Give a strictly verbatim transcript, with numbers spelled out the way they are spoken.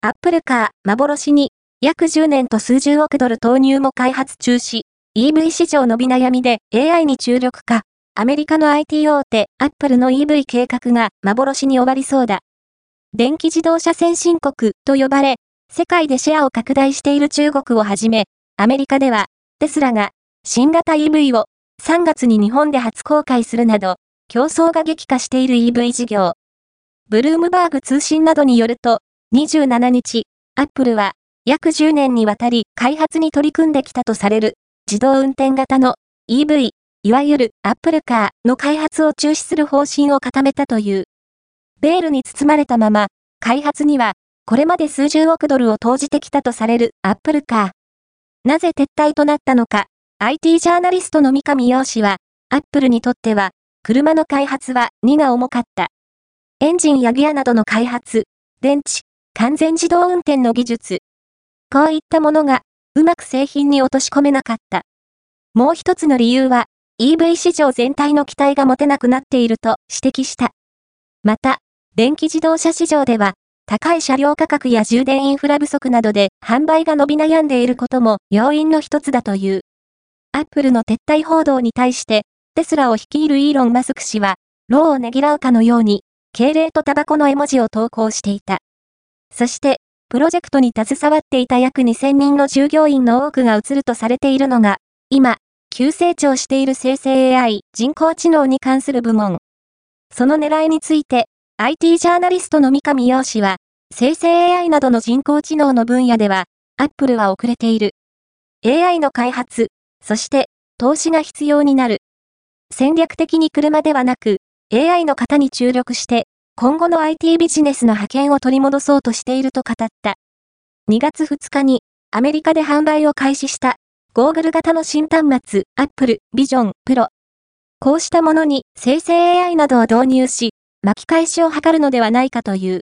アップルカー幻に約じゅうねんと数十億ドル投入も開発中止。イーブイ 市場伸び悩みで エーアイ に注力か。アメリカの アイティー 大手アップルの イーブイ 計画が幻に終わりそうだ。電気自動車先進国と呼ばれ、世界でシェアを拡大している中国をはじめ、アメリカではテスラが新型 イーブイ をさんがつに日本で初公開するなど、競争が激化している イーブイ 事業。ブルームバーグ通信などによると、にじゅうしちにち、アップルは約じゅうねんにわたり開発に取り組んできたとされる自動運転型の イーブイ、いわゆるアップルカーの開発を中止する方針を固めたという。ベールに包まれたまま、開発にはこれまで数十億ドルを投じてきたとされるアップルカー。なぜ撤退となったのか、アイティー ジャーナリストの三上洋氏は、アップルにとっては、車の開発は荷が重かった。エンジンやギアなどの開発、電池、完全自動運転の技術。こういったものが、うまく製品に落とし込めなかった。もう一つの理由は、イーブイ 市場全体の期待が持てなくなっていると指摘した。また、電気自動車市場では、高い車両価格や充電インフラ不足などで販売が伸び悩んでいることも要因の一つだという。アップルの撤退報道に対して、テスラを率いるイーロン・マスク氏は、労をねぎらうかのように、敬礼とタバコの絵文字を投稿していた。そして、プロジェクトに携わっていた約にせんにんの従業員の多くが移るとされているのが、今、急成長している生成 エーアイ、人工知能に関する部門。その狙いについて、アイティー ジャーナリストの三上洋氏は、生成 エーアイ などの人工知能の分野では、アップルは遅れている。エーアイ の開発、そして、投資が必要になる。戦略的に車ではなく、エーアイ の型に注力して、今後の アイティー ビジネスの覇権を取り戻そうとしていると語った。にがつふつかに、アメリカで販売を開始した、ゴーグル型の新端末、Apple Vision Pro。こうしたものに生成 エーアイ などを導入し、巻き返しを図るのではないかという。